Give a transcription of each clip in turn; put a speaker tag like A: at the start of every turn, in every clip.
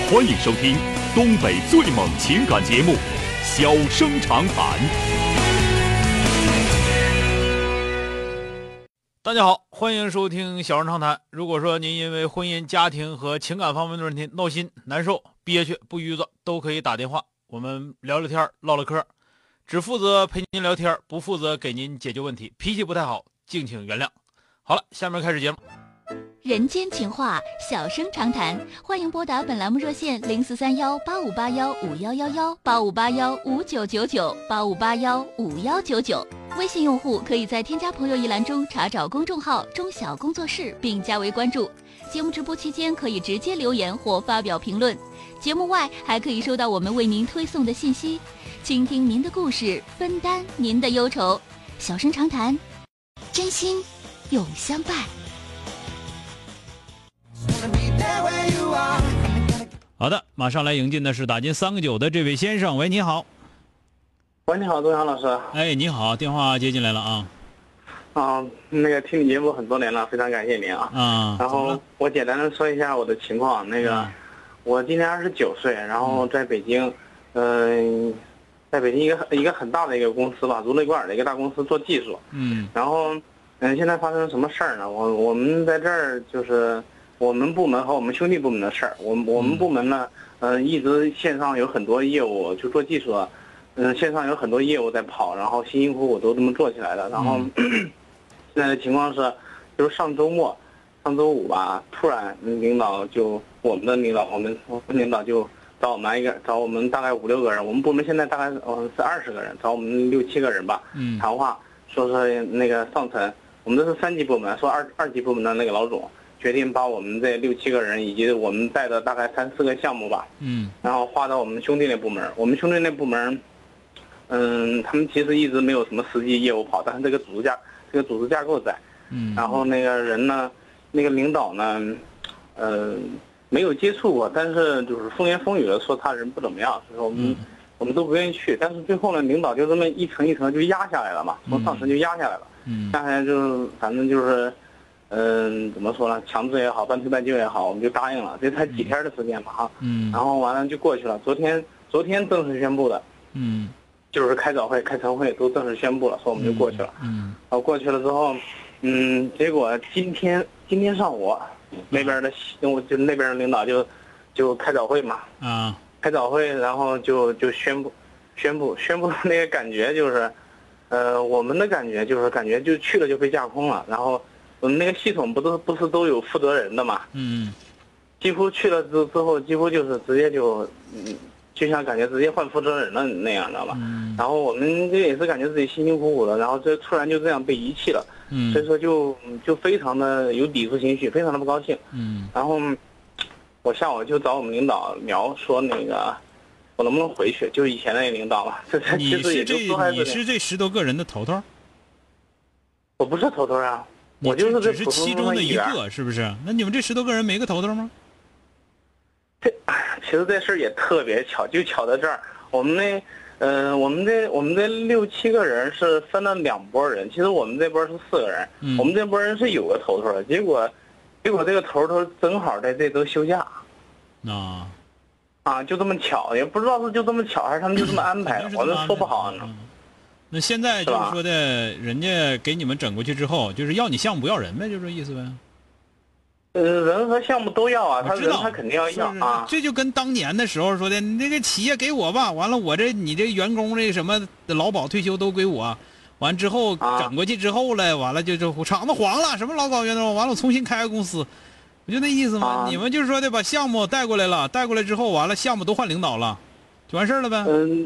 A: 欢迎收听东北最猛情感节目《小生长谈》。
B: 大家好，欢迎收听《小生长谈》。如果说您因为婚姻、家庭和情感方面的问题闹心、难受、憋屈、不愉快，都可以打电话，我们聊聊天、唠唠嗑，只负责陪您聊天，不负责给您解决问题。脾气不太好，敬请原谅。好了，下面开始节目。
C: 人间情话，小生长谈，欢迎拨打本栏目热线0431-8581-5111、8581-5999、8581-5199。微信用户可以在添加朋友一栏中查找公众号中小工作室并加为关注。节目直播期间可以直接留言或发表评论，节目外还可以收到我们为您推送的信息，倾听您的故事，分担您的忧愁。小生长谈，真心永相伴。
B: 好的，马上来迎进的是打进3个9的这位先生。喂，你好。
D: 喂，你好，周阳老师。
B: 哎，你好，电话接进来了啊。
D: 那个听你节目很多年了，非常感谢您啊。然后我简单的说一下我的情况。我今年29岁，然后在北京，在北京一个很大的一个公司吧，如雷贯耳的一个大公司做技术。然后现在发生什么事儿呢？我们在这儿就是我们部门和我们兄弟部门的事儿。我们部门呢，一直线上有很多业务，就做技术的。线上有很多业务在跑，然后辛辛苦苦都这么做起来的。然后现在的情况是，就是上周五吧，突然我们领导就找我们大概5、6个人，我们部门现在大概是20个人，找我们6、7个人吧，谈话说是那个上层，我们这是3级部门，说二级部门的那个老总决定把我们这6、7个人以及我们带的大概3、4个项目吧，然后划到我们兄弟那部门。我们兄弟那部门。他们其实一直没有什么实际业务跑，但是这个组织架构在。然后那个人呢，那个领导呢，没有接触过，但是就是风言风语的说他人不怎么样，所以说我们都不愿意去。但是最后呢，领导就这么一层一层就压下来了嘛，从上层就压下来了。压下来就是反正就是，怎么说呢，强制也好，半推半就也好，我们就答应了。这才几天的时间嘛哈。然后完了就过去了。昨天正式宣布的。就是开早会、开晨会都正式宣布了，说我们就过去了。然后过去了之后，结果今天上午那边的领导就开早会嘛，开早会，然后就宣布那个感觉就是，我们的感觉就是感觉就去了就被架空了。然后我们那个系统不是都有负责人的嘛，几乎去了之后，几乎就是直接就像感觉直接换负责人了那样，知道吧？然后我们这也是感觉自己辛辛苦苦的，然后这突然就这样被遗弃了，所以说就非常的有抵触情绪，非常的不高兴。然后我下午就找我们领导聊，说那个我能不能回去？就是以前那个领导嘛，其实也就说
B: 你是这10多个人的头头？我
D: 不是头头啊，我就是
B: 只是其中的一个，是不是？那你们这10多个人没个头头吗？
D: 其实这事儿也特别巧，就巧在这儿。我们这6、7个人是分了2拨人，其实我们这波是4个人，我们这波人是有个头头的，结果这个头头正好在这周休假。就这么巧，也不知道是就这么巧还是他们就这么安排，我都说不好呢。
B: 那现在就是说的，人家给你们整过去之后，就是要你项目不要人呗，就这意思呗。
D: 人和项目都要啊，他肯定要啊。
B: 这就跟当年的时候说的，你这个企业给我吧，完了你这员工这什么劳保退休都归我，完之后整过去之后了，完了就厂子黄了，什么劳保员工，完了我重新开个公司，不就那意思吗？你们就是说的把项目带过来了，带过来之后完了项目都换领导了，就完事了呗。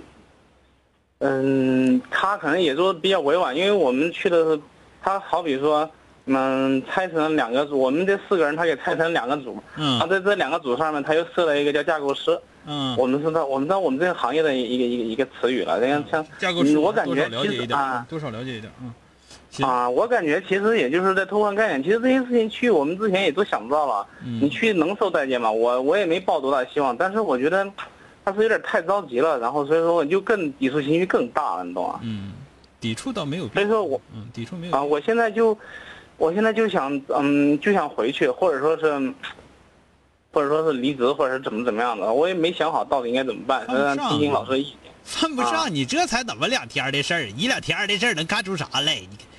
D: 他可能也说比较委婉，因为我们去的是他好比说。拆成2个组，我们这4个人他给拆成2个组，他在这2个组上面他又设了一个叫架构师，我们知道我们这个行业的一个词语了，像
B: 架构师，
D: 我感觉
B: 其实多少了解一点
D: 我感觉其实也就是在偷换概念，其实这些事情我们之前也都想到了，你去能受待见吗？我也没抱多大希望，但是我觉得他是有点太着急了，然后所以说我就更抵触情绪更大了，你懂吗？
B: 抵触倒没有，
D: 所以说
B: 抵触没有
D: 我现在就想回去，或者说是， 或者说是离职，或者是怎么样的，我也没想好到底应该怎么办，让听听老师的意见。
B: 犯不上，你这才怎么2天的事儿，1-2天的事儿能干出啥来？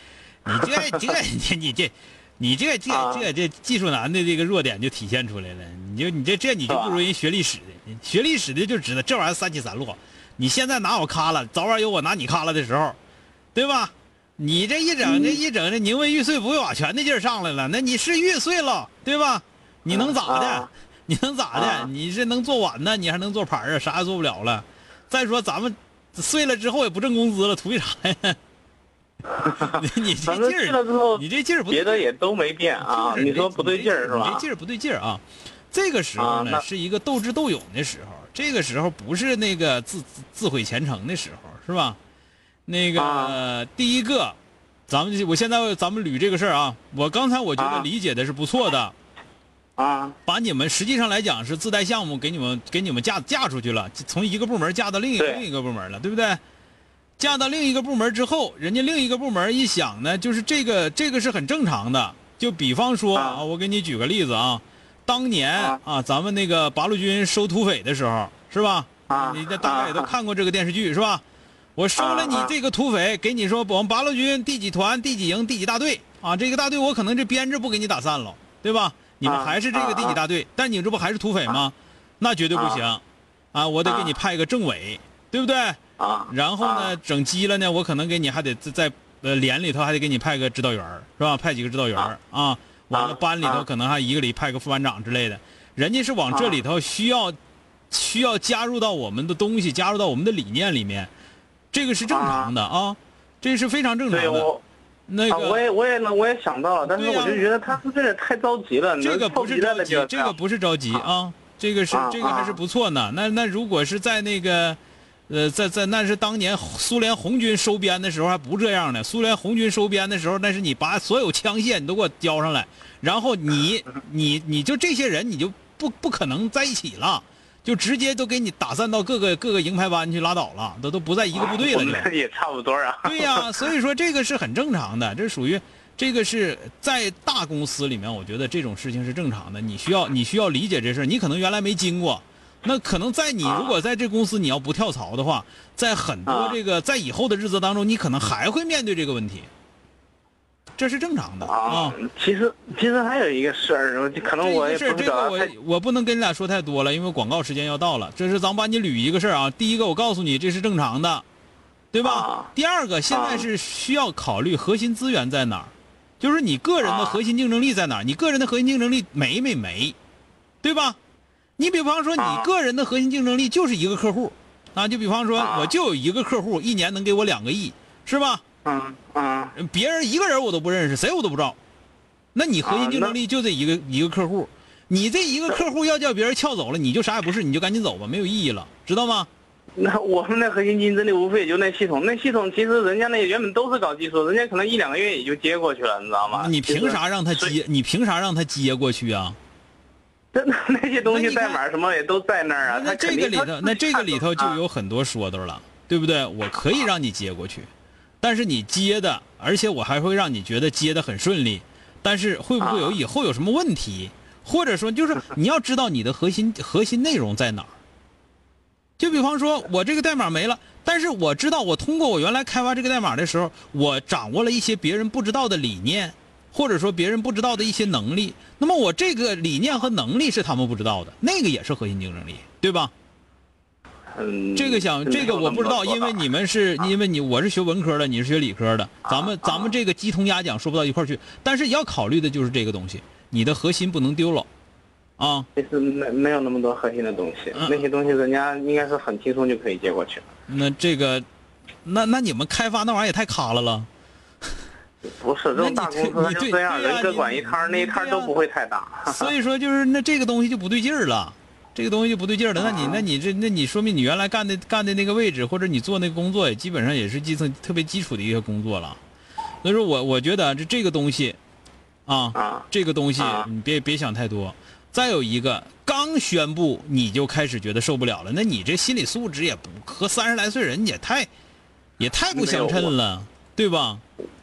B: 你这技术男的这个弱点就体现出来了。你就不如人学历史的，学历史的就知道这玩意儿3起3落。你现在拿我卡了，早晚有我拿你卡了的时候，对吧？你这一整这宁为玉碎不为瓦全的劲儿上来了，那你是玉碎了，对吧？你能咋的？你能咋的？你是能做碗呢？你还能做盘啊？啥也做不了了。再说咱们碎了之后也不挣工资了，图啥呀？你这劲儿，你这劲儿不对，
D: 别的也都没变啊。你说不对劲儿是吧？
B: 你这劲儿不对劲儿啊。这个时候呢，是一个斗智斗勇的时候，这个时候不是那个自毁前程的时候，是吧？那个第一个，我现在咱们捋这个事儿啊，我刚才我觉得理解的是不错的。把你们实际上来讲是自带项目给你们嫁出去了，从一个部门嫁到另一个部门了，对不对？嫁到另一个部门之后，人家另一个部门一想呢，就是这个是很正常的。就比方说我给你举个例子啊，当年咱们那个八路军收土匪的时候，是吧？你大概也都看过这个电视剧，是吧？我收了你这个土匪，给你说我们八路军第几团、第几营、第几大队啊，这个大队我可能这编制不给你打散了，对吧？你们还是这个第几大队，但你这不还是土匪吗？那绝对不行，我得给你派个政委，对不对？然后呢，整急了呢，我可能给你还得在连里头还得给你派个指导员，是吧？派几个指导员啊，完了班里头可能还一个里派个副班长之类的，人家是往这里头需要加入到我们的东西，加入到我们的理念里面，这个是正常的啊，这是非常正常的。那个
D: 我也想到了，但是我就觉得他是这个太着急了。
B: 这个不是着急，这个不是着急啊，这个还是不错呢。那如果是在那个，在那是当年苏联红军收编的时候还不这样呢。苏联红军收编的时候，那是你把所有枪械你都给我交上来，然后你就这些人你就不可能在一起了。就直接都给你打散到各个营排班去拉倒了，都不在一个部队了，
D: 也差不多啊。
B: 对呀，所以说这个是很正常的，这属于这个是在大公司里面，我觉得这种事情是正常的。你需要理解这事，你可能原来没经过，那可能在你如果在这公司你要不跳槽的话，在很多这个在以后的日子当中，你可能还会面对这个问题。这是正常的啊。
D: 其实还有一个事儿，可能我也不知道。
B: 我不能跟你俩说太多了，因为广告时间要到了。这是咱把你捋一个事儿啊。第一个，我告诉你这是正常的，对吧？第二个，现在是需要考虑核心资源在哪儿，就是你个人的核心竞争力在哪儿，你个人的核心竞争力没，对吧？你比方说，你个人的核心竞争力就是一个客户啊，就比方说，我就有一个客户，一年能给我2个亿，是吧？别人一个人我都不认识，谁我都不知道。那你核心竞争力就这一个客户，你这一个客户要叫别人撬走了，你就啥也不是，你就赶紧走吧，没有意义了，知道吗？
D: 那我们的核心竞争力无非也就那系统其实人家那原本都是搞技术，人家可能1-2个月也就接过去了，你知道吗？
B: 你凭啥让他接？你凭啥让他接过去啊？
D: 那些东西代码什么也都在那儿啊。
B: 那这个里头就有很多说道了，对不对？我可以让你接过去。但是你接的，而且我还会让你觉得接的很顺利，但是会不会有以后有什么问题，或者说就是你要知道你的核心内容在哪儿。就比方说我这个代码没了，但是我知道我通过我原来开发这个代码的时候，我掌握了一些别人不知道的理念，或者说别人不知道的一些能力，那么我这个理念和能力是他们不知道的，那个也是核心竞争力，对吧？这个我不知道，因为我是学文科的，你是学理科的，咱们这个鸡同鸭讲说不到一块去，但是要考虑的就是这个东西，你的核心不能丢了，啊。
D: 其实没有那么多核心的东西，那些东西人家应该是很轻松就可以接过去了。
B: 那这个，那你们开发那玩意儿也太卡了。
D: 不是，这种大公司它就这样，人各管一摊，那一摊都不会太大。
B: 所以说就是那这个东西就不对劲儿了。这个东西就不对劲儿了，那你说明你原来干的那个位置，或者你做那个工作，也基本上也是特别基础的一个工作了。所以说我觉得这个东西，这个东西你别想太多。再有一个，刚宣布你就开始觉得受不了了，那你这心理素质也不和30来岁人也太不相称了，对吧？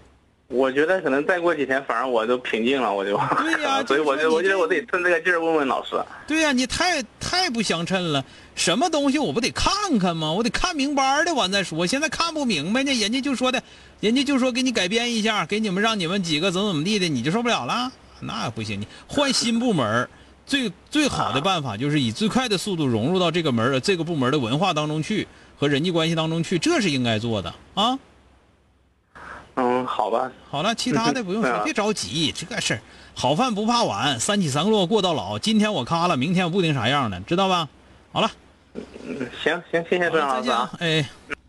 D: 我觉得可能再过几天，反而我就平静了，我就。
B: 对呀，
D: 所以我觉得我得趁这个劲儿问问老师。
B: 对呀，你太不相称了。什么东西我不得看看吗？我得看明白的完再说。现在看不明白呢，人家就说给你改编一下，给你们让你们几个怎么地的，你就受不了了？那不行，你换新部门，最好的办法就是以最快的速度融入到这个部门的文化当中去和人际关系当中去，这是应该做的啊。
D: 好吧，
B: 好了，其他的不用说，别着急，这个事儿好饭不怕晚，三起三落过到老。今天我咔了，明天我不定啥样呢，知道吧？好了，
D: 行，谢谢郑老师啊，
B: 哎。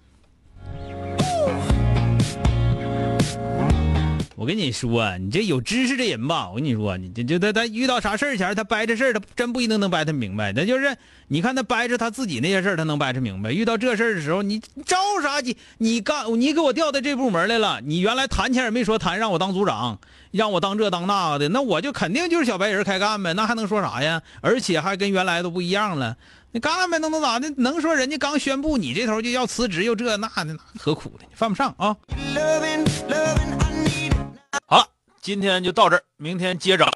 B: 我跟你说，你这有知识的人吧，我跟你说，你这他遇到啥事儿前，他掰这事儿，他真不一定能掰他明白。那就是你看他掰着他自己那些事儿，他能掰扯明白。遇到这事儿的时候，你着啥急？你给我调到这部门来了，你原来谈前也没说谈让我当组长，让我当这当那的，那我就肯定就是小白人开干呗，那还能说啥呀？而且还跟原来都不一样了。你干呗，能咋的？能说人家刚宣布你这头就要辞职又这那的，何苦的？犯不上啊。好了，今天就到这儿，明天接着。